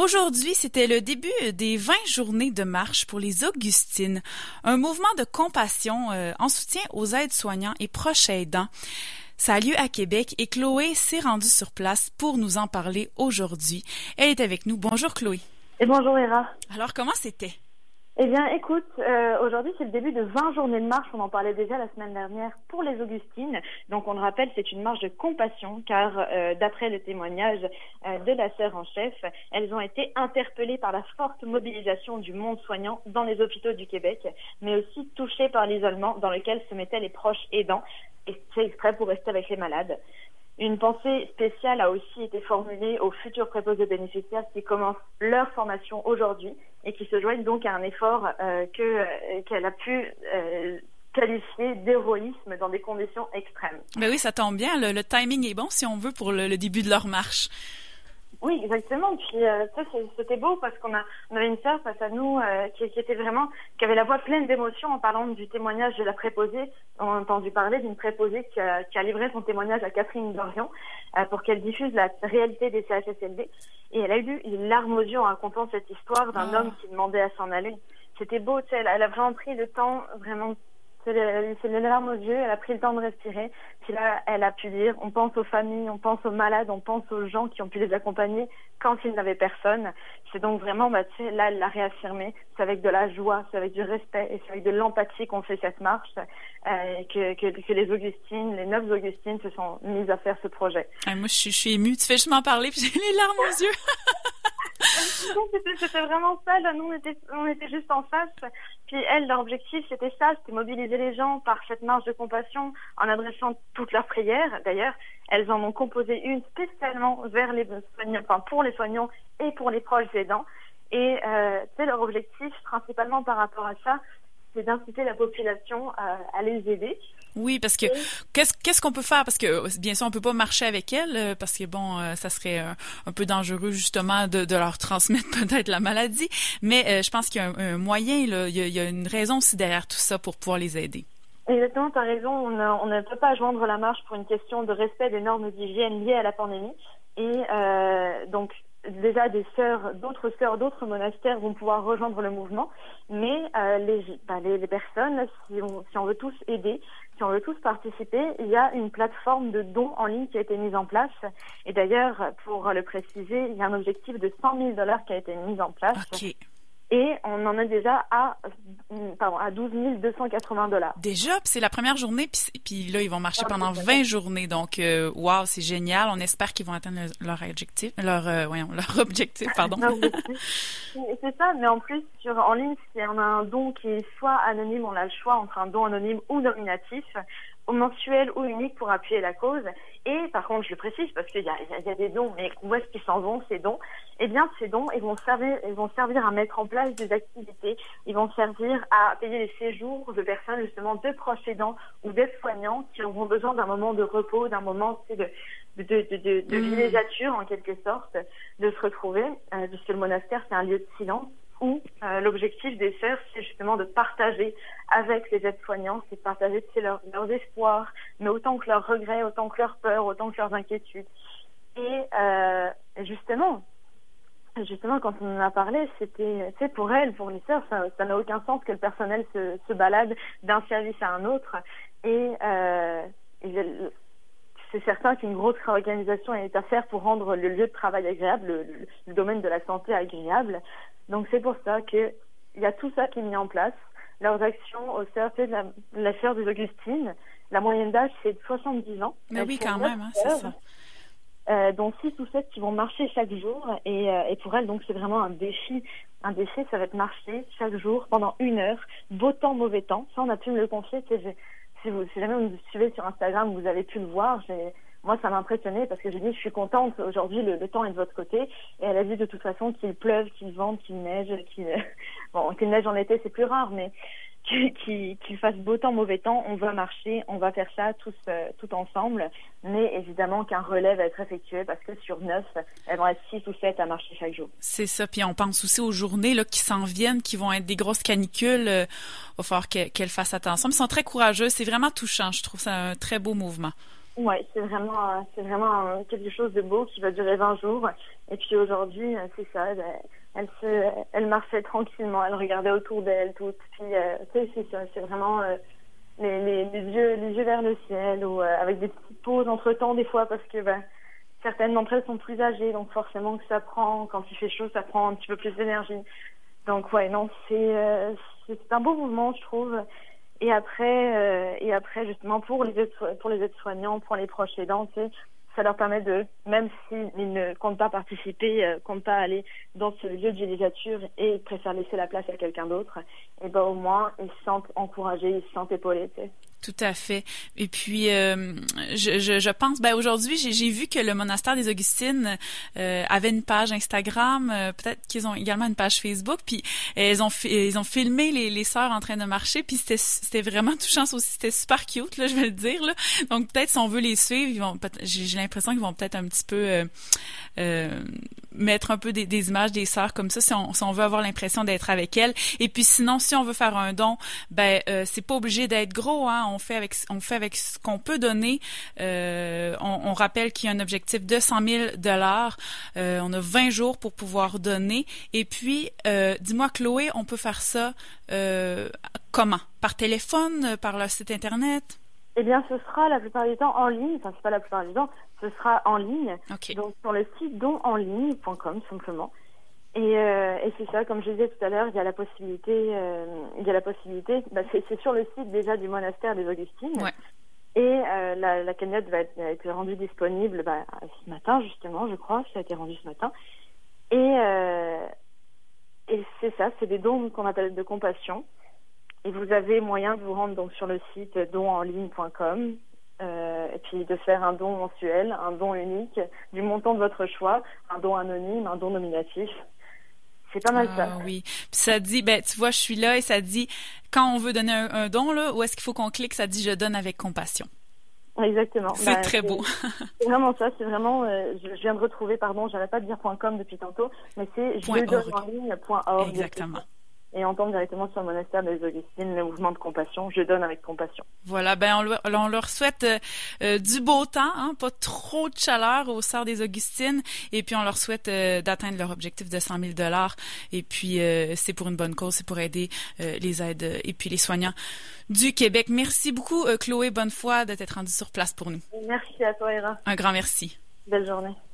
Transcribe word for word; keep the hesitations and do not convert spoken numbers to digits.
Aujourd'hui, c'était le début des vingt journées de marche pour les Augustines, un mouvement de compassion euh, en soutien aux aides-soignants et proches aidants. Ça a lieu à Québec et Chloé s'est rendue sur place pour nous en parler aujourd'hui. Elle est avec nous. Bonjour Chloé. Et bonjour Héra. Alors, comment c'était? Eh bien, écoute, euh, aujourd'hui, c'est le début de vingt journées de marche. On en parlait déjà la semaine dernière pour les Augustines. Donc, on le rappelle, c'est une marche de compassion, car euh, d'après le témoignage euh, de la sœur en chef, elles ont été interpellées par la forte mobilisation du monde soignant dans les hôpitaux du Québec, mais aussi touchées par l'isolement dans lequel se mettaient les proches aidants, et c'est exprès pour rester avec les malades. Une pensée spéciale a aussi été formulée aux futurs préposés bénéficiaires qui commencent leur formation aujourd'hui et qui se joignent donc à un effort euh, que euh, qu'elle a pu euh, qualifier d'héroïsme dans des conditions extrêmes. Ben oui, ça tombe bien. Le, le timing est bon, si on veut, pour le, le début de leur marche. Oui, exactement. Puis euh, ça, c'était beau parce qu'on a, on avait une sœur face à nous euh, qui, qui était vraiment, qui avait la voix pleine d'émotion en parlant du témoignage de la préposée. On a entendu parler d'une préposée qui a, qui a livré son témoignage à Catherine Dorion euh, pour qu'elle diffuse la réalité des C H S L D. Et elle a eu une larme aux yeux en racontant cette histoire d'un oh. homme qui demandait à s'en aller. C'était beau, tu sais, elle, elle a vraiment pris le temps, vraiment. C'est les, c'est les larmes aux yeux, elle a pris le temps de respirer. Puis là, elle a pu dire, on pense aux familles, on pense aux malades, on pense aux gens qui ont pu les accompagner quand ils n'avaient personne. C'est donc vraiment, bah, tu sais, là, elle l'a réaffirmé. C'est avec de la joie, c'est avec du respect et c'est avec de l'empathie qu'on fait cette marche, euh, que, que, que les Augustines, les neuf Augustines se sont mises à faire ce projet. Ah, moi, je suis, je suis émue. Tu fais juste m'en parler, puis j'ai les larmes aux yeux. c'était, c'était vraiment ça. Là, nous, on était, on était juste en face. Puis elles, leur objectif, c'était ça, c'était mobiliser les gens par cette marche de compassion en adressant toutes leurs prières. D'ailleurs, elles en ont composé une spécialement vers les soignants, enfin pour les soignants et pour les proches aidants. Et euh, tu sais, leur objectif, principalement par rapport à ça, c'est d'inciter la population à, à les aider. Oui, parce que qu'est-ce qu'est-ce qu'on peut faire? Parce que bien sûr, on peut pas marcher avec elles, parce que bon, ça serait un, un peu dangereux justement de, de leur transmettre peut-être la maladie. Mais euh, je pense qu'il y a un, un moyen, là, il y a, il y a une raison aussi derrière tout ça pour pouvoir les aider. Exactement, tu as raison. On, a, on ne peut pas joindre la marche pour une question de respect des normes d'hygiène liées à la pandémie. Et euh, donc déjà des sœurs, d'autres sœurs, d'autres monastères vont pouvoir rejoindre le mouvement, mais euh, les, bah, les, les personnes, si on, si on veut tous aider, si on veut tous participer, il y a une plateforme de dons en ligne qui a été mise en place. Et d'ailleurs, pour le préciser, il y a un objectif de cent mille dollars qui a été mis en place. Okay. Et on en est déjà à, pardon, à douze mille deux cent quatre-vingts dollars. Déjà, puis c'est la première journée, puis, puis là, ils vont marcher pendant vingt journées. Donc, euh, wow, c'est génial. On espère qu'ils vont atteindre leur objectif, leur, euh, voyons, leur objectif, pardon. C'est ça, mais en plus, sur, en ligne, si on a un don qui est soit anonyme, on a le choix entre un don anonyme ou nominatif, au mensuel ou unique pour appuyer la cause. Et par contre, je le précise parce qu'il y a, il y a des dons, mais où est-ce qu'ils s'en vont ces dons? Eh bien, ces dons, ils vont servir, ils vont servir à mettre en place des activités. Ils vont servir à payer les séjours de personnes justement de proches aidants ou d'aides-soignants qui auront besoin d'un moment de repos, d'un moment de de de de, de, de villégiature en quelque sorte, de se retrouver. Euh, puisque le monastère, c'est un lieu de silence. Où euh, l'objectif des sœurs, c'est justement de partager avec les aides-soignants, c'est de partager c'est leur, leurs espoirs, mais autant que leurs regrets, autant que leurs peurs, autant que leurs inquiétudes. Et euh, justement, justement, quand on en a parlé, c'était, tu sais, pour elles, pour les sœurs, ça, ça n'a aucun sens que le personnel se, se balade d'un service à un autre. Et, euh, et c'est certain qu'une grosse réorganisation est à faire pour rendre le lieu de travail agréable, le, le, le domaine de la santé agréable. Donc c'est pour ça que il y a tout ça qui est mis en place. Leurs actions aux sœurs, c'est la, la sœur des Augustines. La moyenne d'âge, c'est de soixante-dix ans. Mais oui, quand même, hein, c'est ça. Euh, donc six ou sept qui vont marcher chaque jour. Et, euh, et pour elles, donc c'est vraiment un défi. Un défi, ça va être marcher chaque jour pendant une heure. Beau temps, mauvais temps. Ça, on a pu me le confier. Si, vous, si jamais vous nous suivez sur Instagram, vous avez pu le voir. J'ai... Moi, ça m'a impressionnée parce que j'ai dit, je suis contente, aujourd'hui, le, le temps est de votre côté. Et elle a dit de toute façon qu'il pleuve, qu'il vente, qu'il neige, qu'il, bon, qu'il neige en été, c'est plus rare, mais qu'il, qu'il, qu'il fasse beau temps, mauvais temps, on va marcher, on va faire ça tous, euh, tout ensemble. Mais évidemment qu'un relais va être effectué parce que sur neuf, elles vont être six ou sept à marcher chaque jour. C'est ça. Puis on pense aussi aux journées là, qui s'en viennent, qui vont être des grosses canicules. Il euh, va falloir que, qu'elles fassent attention. Mais elles sont très courageuses. C'est vraiment touchant. Je trouve ça un très beau mouvement. Ouais, c'est vraiment, c'est vraiment quelque chose de beau qui va durer vingt jours. Et puis aujourd'hui, c'est ça, elle, elle, se, elle marchait tranquillement, elle regardait autour d'elle, tout. Puis, euh, c'est, c'est ça, c'est vraiment euh, les, les, les, yeux, les yeux vers le ciel, ou euh, avec des petites pauses entre-temps des fois, parce que ben, certaines d'entre elles sont plus âgées, donc forcément que ça prend, quand il fait chaud, ça prend un petit peu plus d'énergie. Donc ouais, non, c'est, euh, c'est un beau mouvement, je trouve. Et après, euh, et après justement pour les aides, pour les aides-soignants, pour les proches aidants, tu sais, ça leur permet de, même s'ils ne comptent pas participer, euh, comptent pas aller dans ce lieu de villégiature et préfèrent laisser la place à quelqu'un d'autre, et ben au moins ils se sentent encouragés, ils se sentent épaulés, tu sais. Tout à fait. Et puis, euh, je, je, je pense, ben aujourd'hui, j'ai, j'ai vu que le monastère des Augustines euh, avait une page Instagram, euh, peut-être qu'ils ont également une page Facebook. Puis, elles ont, fi- ils ont filmé les, les sœurs en train de marcher. Puis c'était, c'était vraiment touchant aussi. C'était super cute, là, je vais le dire. Là. Donc peut-être si on veut les suivre, ils vont, j'ai, j'ai l'impression qu'ils vont peut-être un petit peu euh, euh, mettre un peu des, des images des sœurs comme ça, si on, si on veut avoir l'impression d'être avec elles. Et puis sinon, si on veut faire un don, ben euh, c'est pas obligé d'être gros, hein. On fait avec on fait avec ce qu'on peut donner. Euh, on, on rappelle qu'il y a un objectif de cent mille dollars. Euh, on a vingt jours pour pouvoir donner. Et puis, euh, dis-moi, Chloé, on peut faire ça euh, comment? Par téléphone, par le site internet? Eh bien, ce sera la plupart du temps en ligne. Enfin, c'est pas la plupart du temps, ce sera en ligne. Okay. Donc sur le site don en ligne point com simplement. Et, euh, et c'est ça, comme je disais tout à l'heure, il y a la possibilité, euh, il y a la possibilité, bah c'est, c'est sur le site déjà du monastère des Augustines. Ouais. Et euh, la, la cagnotte va être, va être rendue disponible bah, ce matin justement, je crois, ça a été rendu ce matin. Et, euh, et c'est ça, c'est des dons qu'on appelle de compassion. Et vous avez moyen de vous rendre donc sur le site don en ligne point com. Euh, et puis de faire un don mensuel, un don unique, du montant de votre choix, un don anonyme, un don nominatif. C'est pas mal ah, ça. Oui. Puis ça dit, ben tu vois, je suis là et ça dit quand on veut donner un, un don là, où est-ce qu'il faut qu'on clique? Ça dit je donne avec compassion. Exactement. C'est bah, très c'est, beau. C'est vraiment ça. C'est vraiment. Euh, je, je viens de retrouver, pardon, j'arrête pas de dire .com depuis tantôt, mais c'est je donne en ligne point org. Exactement. Et on tombe directement sur le monastère des Augustines, le mouvement de compassion. Je donne avec compassion. Voilà, ben on, leur, on leur souhaite euh, euh, du beau temps, hein, pas trop de chaleur aux sœurs des Augustines, et puis on leur souhaite euh, d'atteindre leur objectif de cent mille dollars. Et puis euh, c'est pour une bonne cause, c'est pour aider euh, les aides euh, et puis les soignants du Québec. Merci beaucoup, euh, Chloé Bonnefoy, de t'être rendue sur place pour nous. Merci à toi, Ira. Un grand merci. Belle journée.